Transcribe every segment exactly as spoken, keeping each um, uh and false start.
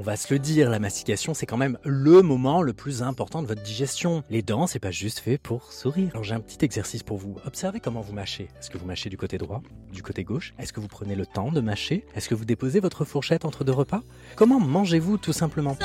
va se le dire, la mastication, c'est quand même le moment le plus important de votre digestion. Les dents, c'est pas juste fait pour sourire. Alors j'ai un petit exercice pour vous. Observez comment vous mâchez. Est-ce que vous mâchez du côté droit, du côté gauche? Est-ce que vous prenez le temps de mâcher? Est-ce que vous déposez votre fourchette entre deux repas? Comment mangez-vous tout simplement?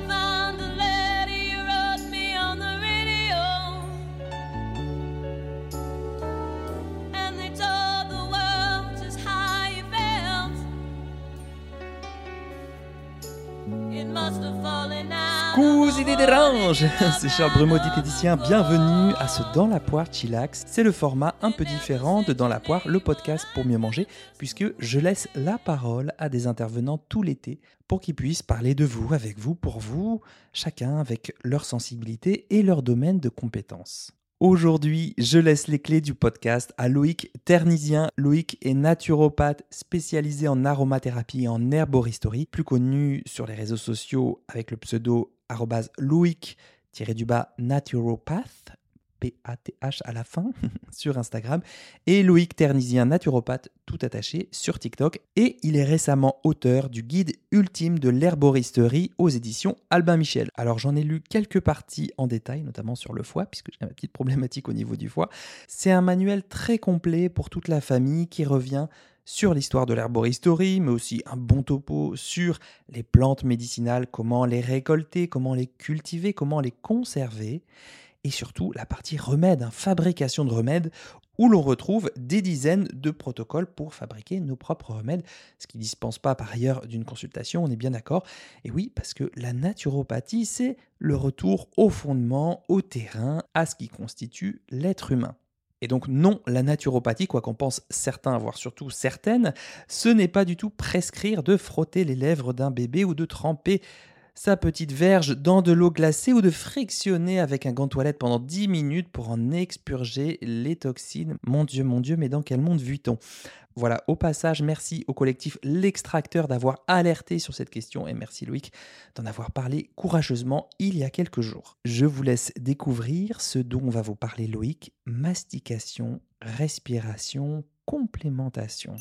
Coucou, idées dérange. C'est Charles Brumeau, diététicien. Bienvenue à ce Dans la poire chillax. C'est le format un peu différent de Dans la poire, le podcast pour mieux manger, puisque je laisse la parole à des intervenants tout l'été pour qu'ils puissent parler de vous, avec vous, pour vous, chacun avec leur sensibilité et leur domaine de compétences. Aujourd'hui, je laisse les clés du podcast à Loïc Ternisien. Loïc est naturopathe spécialisé en aromathérapie et en herboristerie, plus connu sur les réseaux sociaux avec le pseudo arobase Loïc-du-bas naturopath, P A T H à la fin, sur Instagram, et Loïc Ternisien naturopathe tout attaché sur TikTok. Et il est récemment auteur du guide ultime de l'herboristerie aux éditions Albin Michel. Alors j'en ai lu quelques parties en détail, notamment sur le foie, puisque j'ai ma petite problématique au niveau du foie. C'est un manuel très complet pour toute la famille qui revient sur l'histoire de l'herboristerie, mais aussi un bon topo sur les plantes médicinales, comment les récolter, comment les cultiver, comment les conserver. Et surtout la partie remèdes, hein, fabrication de remèdes, où l'on retrouve des dizaines de protocoles pour fabriquer nos propres remèdes, ce qui ne dispense pas par ailleurs d'une consultation, on est bien d'accord. Et oui, parce que la naturopathie, c'est le retour au fondement, au terrain, à ce qui constitue l'être humain. Et donc non, la naturopathie, quoi qu'en pensent certains, voire surtout certaines, ce n'est pas du tout prescrire de frotter les lèvres d'un bébé ou de tremper sa petite verge dans de l'eau glacée ou de frictionner avec un gant de toilette pendant dix minutes pour en expurger les toxines. Mon Dieu, mon Dieu, mais dans quel monde vit-on ? Voilà, au passage, merci au collectif L'Extracteur d'avoir alerté sur cette question et merci Loïc d'en avoir parlé courageusement il y a quelques jours. Je vous laisse découvrir ce dont on va vous parler Loïc, mastication, respiration, complémentation.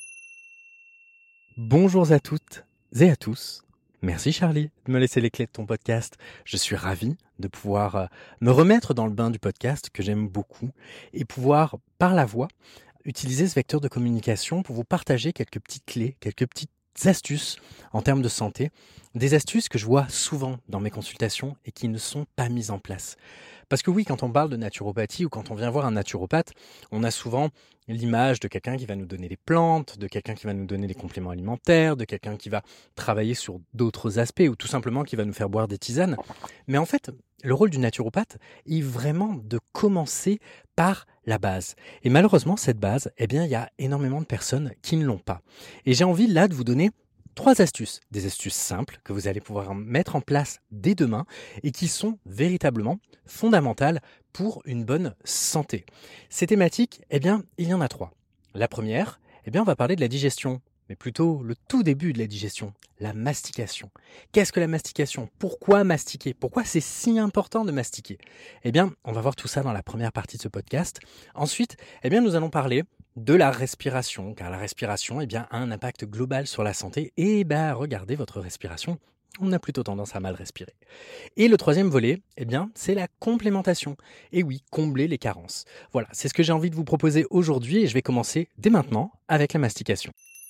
Bonjour à toutes et à tous. Merci Charlie de me laisser les clés de ton podcast. Je suis ravi de pouvoir me remettre dans le bain du podcast que j'aime beaucoup et pouvoir, par la voix, utiliser ce vecteur de communication pour vous partager quelques petites clés, quelques petites astuces en termes de santé, des astuces que je vois souvent dans mes consultations et qui ne sont pas mises en place. Parce que oui, quand on parle de naturopathie ou quand on vient voir un naturopathe, on a souvent l'image de quelqu'un qui va nous donner des plantes, de quelqu'un qui va nous donner des compléments alimentaires, de quelqu'un qui va travailler sur d'autres aspects ou tout simplement qui va nous faire boire des tisanes. Mais en fait, le rôle du naturopathe est vraiment de commencer par la base. Et malheureusement, cette base, eh bien, il y a énormément de personnes qui ne l'ont pas. Et j'ai envie là de vous donner trois astuces, des astuces simples que vous allez pouvoir mettre en place dès demain et qui sont véritablement fondamentales pour une bonne santé. Ces thématiques, eh bien, il y en a trois. La première, eh bien, on va parler de la digestion, mais plutôt le tout début de la digestion, la mastication. Qu'est-ce que la mastication ? Pourquoi mastiquer ? Pourquoi c'est si important de mastiquer ? Eh bien, on va voir tout ça dans la première partie de ce podcast. Ensuite, eh bien, nous allons parler de la respiration, car la respiration eh bien, a un impact global sur la santé. Et ben, regardez votre respiration, on a plutôt tendance à mal respirer. Et le troisième volet, eh bien, c'est la complémentation. Et oui, combler les carences. Voilà, c'est ce que j'ai envie de vous proposer aujourd'hui et je vais commencer dès maintenant avec la mastication.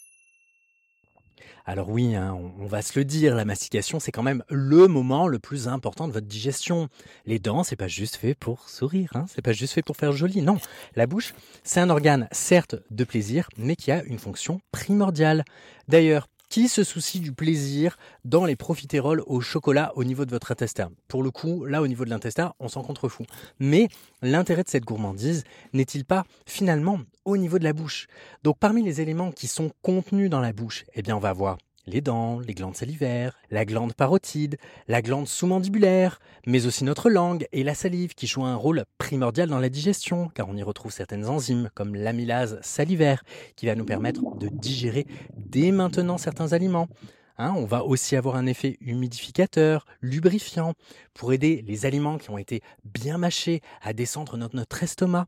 Alors oui, hein, on, on va se le dire, la mastication, c'est quand même le moment le plus important de votre digestion. Les dents, c'est pas juste fait pour sourire, hein, c'est pas juste fait pour faire joli, non. La bouche, c'est un organe, certes, de plaisir, mais qui a une fonction primordiale. D'ailleurs, qui se soucie du plaisir dans les profiteroles au chocolat au niveau de votre intestin ? Pour le coup, là, au niveau de l'intestin, on s'en contrefout. Mais l'intérêt de cette gourmandise n'est-il pas finalement au niveau de la bouche ? Donc, parmi les éléments qui sont contenus dans la bouche, eh bien, on va avoir les dents, les glandes salivaires, la glande parotide, la glande sous-mandibulaire, mais aussi notre langue et la salive qui jouent un rôle primordial dans la digestion, car on y retrouve certaines enzymes comme l'amylase salivaire qui va nous permettre de digérer dès maintenant certains aliments. Hein, on va aussi avoir un effet humidificateur, lubrifiant, pour aider les aliments qui ont été bien mâchés à descendre dans notre estomac.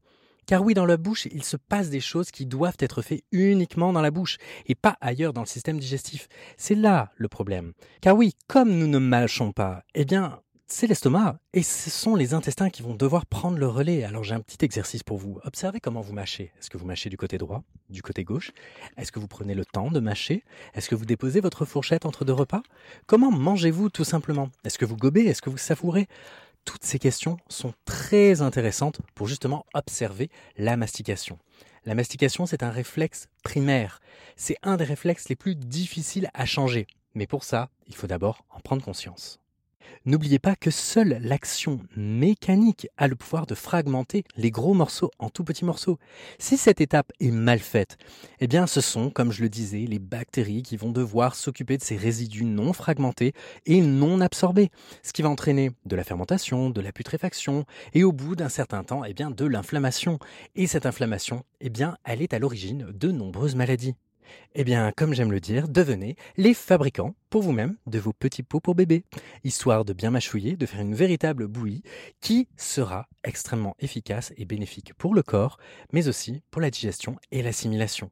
Car oui, dans la bouche, il se passe des choses qui doivent être faites uniquement dans la bouche et pas ailleurs dans le système digestif. C'est là le problème. Car oui, comme nous ne mâchons pas, eh bien, c'est l'estomac et ce sont les intestins qui vont devoir prendre le relais. Alors j'ai un petit exercice pour vous. Observez comment vous mâchez. Est-ce que vous mâchez du côté droit, du côté gauche? Est-ce que vous prenez le temps de mâcher? Est-ce que vous déposez votre fourchette entre deux repas? Comment mangez-vous tout simplement? Est-ce que vous gobez? Est-ce que vous savourez? Toutes ces questions sont très intéressantes pour justement observer la mastication. La mastication, c'est un réflexe primaire. C'est un des réflexes les plus difficiles à changer. Mais pour ça, il faut d'abord en prendre conscience. N'oubliez pas que seule l'action mécanique a le pouvoir de fragmenter les gros morceaux en tout petits morceaux. Si cette étape est mal faite, eh bien ce sont, comme je le disais, les bactéries qui vont devoir s'occuper de ces résidus non fragmentés et non absorbés, ce qui va entraîner de la fermentation, de la putréfaction et au bout d'un certain temps, eh bien de l'inflammation. Et cette inflammation, eh bien elle est à l'origine de nombreuses maladies. Eh bien, comme j'aime le dire, devenez les fabricants pour vous-même de vos petits pots pour bébé, histoire de bien mâchouiller, de faire une véritable bouillie qui sera extrêmement efficace et bénéfique pour le corps, mais aussi pour la digestion et l'assimilation.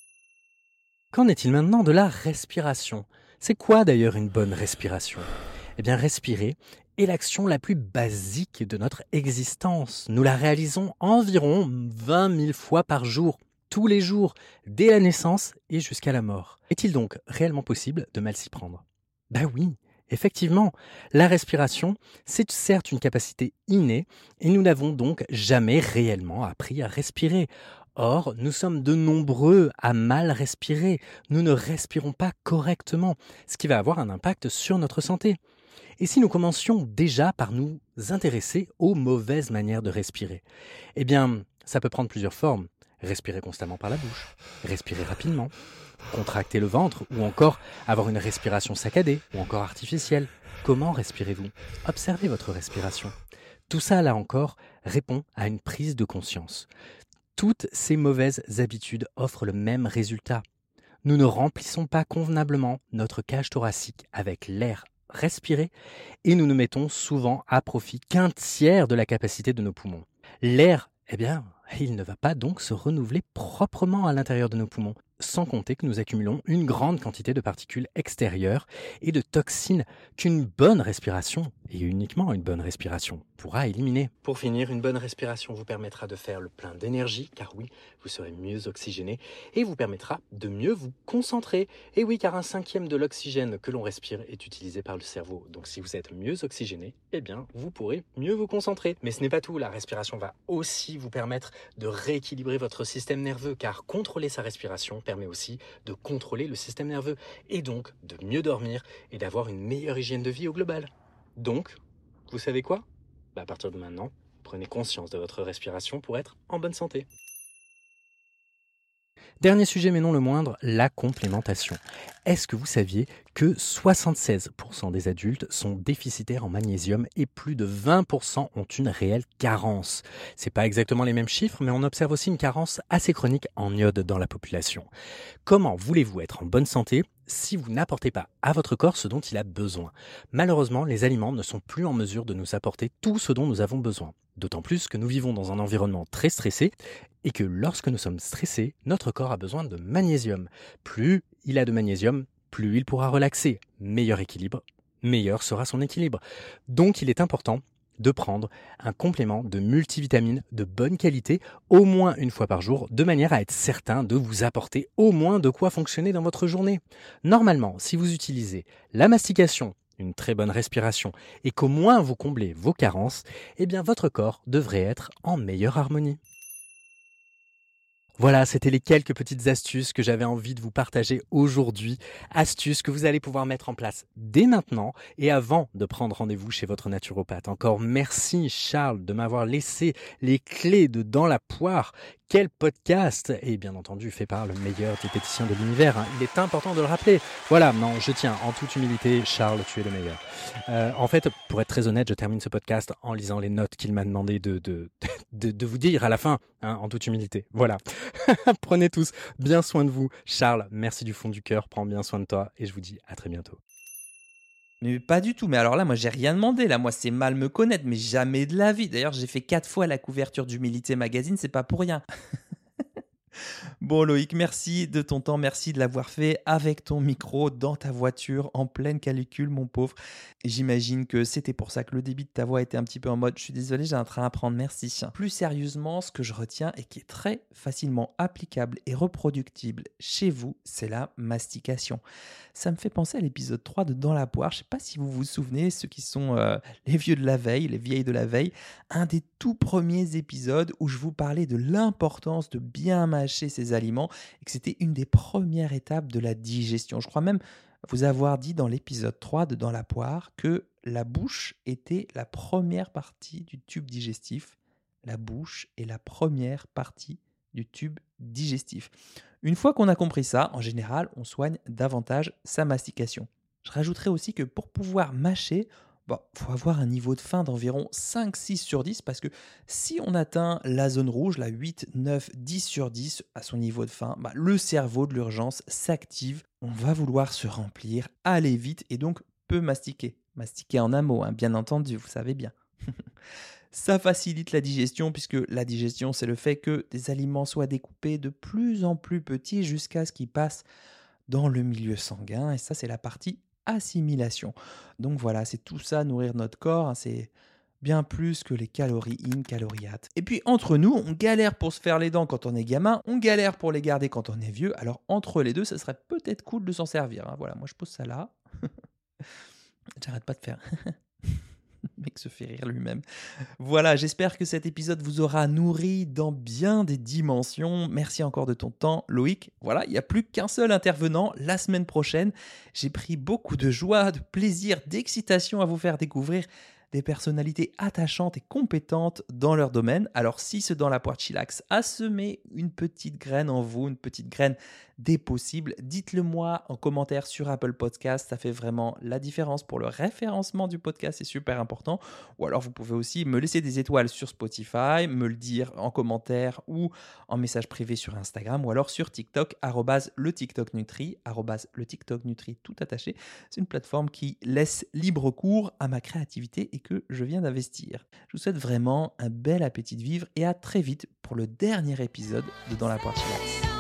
Qu'en est-il maintenant de la respiration? C'est quoi d'ailleurs une bonne respiration? Eh bien, respirer est l'action la plus basique de notre existence. Nous la réalisons environ vingt mille fois par jour. Tous les jours, dès la naissance et jusqu'à la mort. Est-il donc réellement possible de mal s'y prendre? Ben oui, effectivement, la respiration, c'est certes une capacité innée et nous n'avons donc jamais réellement appris à respirer. Or, nous sommes de nombreux à mal respirer. Nous ne respirons pas correctement, ce qui va avoir un impact sur notre santé. Et si nous commencions déjà par nous intéresser aux mauvaises manières de respirer? Eh bien, ça peut prendre plusieurs formes. Respirer constamment par la bouche, respirer rapidement, contracter le ventre ou encore avoir une respiration saccadée ou encore artificielle. Comment respirez-vous? Observez votre respiration. Tout ça, là encore, répond à une prise de conscience. Toutes ces mauvaises habitudes offrent le même résultat. Nous ne remplissons pas convenablement notre cage thoracique avec l'air respiré et nous ne mettons souvent à profit qu'un tiers de la capacité de nos poumons. L'air, eh bien, il ne va pas donc se renouveler proprement à l'intérieur de nos poumons, sans compter que nous accumulons une grande quantité de particules extérieures et de toxines qu'une bonne respiration, et uniquement une bonne respiration, pourra éliminer. Pour finir, une bonne respiration vous permettra de faire le plein d'énergie, car oui, vous serez mieux oxygéné, et vous permettra de mieux vous concentrer. Et oui, car un cinquième de l'oxygène que l'on respire est utilisé par le cerveau. Donc si vous êtes mieux oxygéné, eh bien, vous pourrez mieux vous concentrer. Mais ce n'est pas tout, la respiration va aussi vous permettre de rééquilibrer votre système nerveux, car contrôler sa respiration permet aussi de contrôler le système nerveux et donc de mieux dormir et d'avoir une meilleure hygiène de vie au global. Donc, vous savez quoi? Bah, à partir de maintenant, prenez conscience de votre respiration pour être en bonne santé. Dernier sujet mais non le moindre, la complémentation. Est-ce que vous saviez que soixante-seize pour cent des adultes sont déficitaires en magnésium et plus de vingt pour cent ont une réelle carence? C'est pas exactement les mêmes chiffres, mais on observe aussi une carence assez chronique en iode dans la population. Comment voulez-vous être en bonne santé si vous n'apportez pas à votre corps ce dont il a besoin? Malheureusement, les aliments ne sont plus en mesure de nous apporter tout ce dont nous avons besoin. D'autant plus que nous vivons dans un environnement très stressé et que lorsque nous sommes stressés, notre corps a besoin de magnésium. Plus il a de magnésium, plus il pourra relaxer. Meilleur équilibre, meilleur sera son équilibre. Donc il est important de prendre un complément de multivitamines de bonne qualité au moins une fois par jour, de manière à être certain de vous apporter au moins de quoi fonctionner dans votre journée. Normalement, si vous utilisez la mastication, une très bonne respiration et qu'au moins vous comblez vos carences, eh bien votre corps devrait être en meilleure harmonie. Voilà, c'était les quelques petites astuces que j'avais envie de vous partager aujourd'hui. Astuces que vous allez pouvoir mettre en place dès maintenant et avant de prendre rendez-vous chez votre naturopathe. Encore merci Charles de m'avoir laissé les clés de Dans la poire. Quel podcast! Et bien entendu fait par le meilleur diététicien de l'univers. Hein. Il est important de le rappeler. Voilà, non, je tiens en toute humilité, Charles, tu es le meilleur. Euh, en fait, pour être très honnête, je termine ce podcast en lisant les notes qu'il m'a demandé de, de, de, de vous dire à la fin, hein, en toute humilité. Voilà. Prenez tous bien soin de vous. Charles, merci du fond du cœur. Prends bien soin de toi et je vous dis à très bientôt. Mais pas du tout. Mais alors là, moi, j'ai rien demandé. Là, moi, c'est mal me connaître, mais jamais de la vie. D'ailleurs, j'ai fait quatre fois la couverture d'Humilité Magazine, c'est pas pour rien. Bon Loïc, merci de ton temps, merci de l'avoir fait avec ton micro dans ta voiture en pleine canicule mon pauvre. J'imagine que c'était pour ça que le débit de ta voix était un petit peu en mode je suis désolé, j'ai un train à prendre, merci. Plus sérieusement, ce que je retiens et qui est très facilement applicable et reproductible chez vous, c'est la mastication. Ça me fait penser à l'épisode trois de Dans la poire, je ne sais pas si vous vous souvenez, ceux qui sont euh, les vieux de la veille, les vieilles de la veille, un des tout premiers épisodes où je vous parlais de l'importance de bien mâcher ses aliments et que c'était une des premières étapes de la digestion. Je crois même vous avoir dit dans l'épisode trois de Dans la poire que la bouche était la première partie du tube digestif. La bouche est la première partie du tube digestif. Une fois qu'on a compris ça, en général, on soigne davantage sa mastication. Je rajouterais aussi que pour pouvoir mâcher, bon, faut avoir un niveau de faim d'environ cinq six sur dix parce que si on atteint la zone rouge, la huit, neuf, dix sur dix à son niveau de faim, bah, le cerveau de l'urgence s'active. On va vouloir se remplir, aller vite et donc peu mastiquer. Mastiquer en un mot, hein, bien entendu, vous savez bien. Ça facilite la digestion puisque la digestion, c'est le fait que des aliments soient découpés de plus en plus petits jusqu'à ce qu'ils passent dans le milieu sanguin. Et ça, c'est la partie assimilation. Donc voilà, c'est tout ça, nourrir notre corps. Hein, c'est bien plus que les calories in, calories out. Et puis entre nous, on galère pour se faire les dents quand on est gamin, on galère pour les garder quand on est vieux. Alors entre les deux, ça serait peut-être cool de s'en servir. Hein. Voilà, moi je pose ça là. J'arrête pas de faire... Le mec se fait rire lui-même. Voilà, j'espère que cet épisode vous aura nourri dans bien des dimensions. Merci encore de ton temps, Loïc. Voilà, il n'y a plus qu'un seul intervenant la semaine prochaine. J'ai pris beaucoup de joie, de plaisir, d'excitation à vous faire découvrir des personnalités attachantes et compétentes dans leur domaine. Alors si ce Dans la poire chillax a semé une petite graine en vous, une petite graine des possibles, dites-le moi en commentaire sur Apple Podcast, ça fait vraiment la différence pour le référencement du podcast, c'est super important. Ou alors vous pouvez aussi me laisser des étoiles sur Spotify, me le dire en commentaire ou en message privé sur Instagram ou alors sur TikTok, arrobase le TikTok Nutri, arrobase le TikTok Nutri tout attaché. C'est une plateforme qui laisse libre cours à ma créativité et que je viens d'investir. Je vous souhaite vraiment un bel appétit de vivre et à très vite pour le dernier épisode de Dans la poire chillax.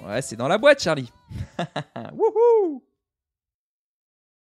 Ouais, c'est dans la boîte, Charlie. Wouhou!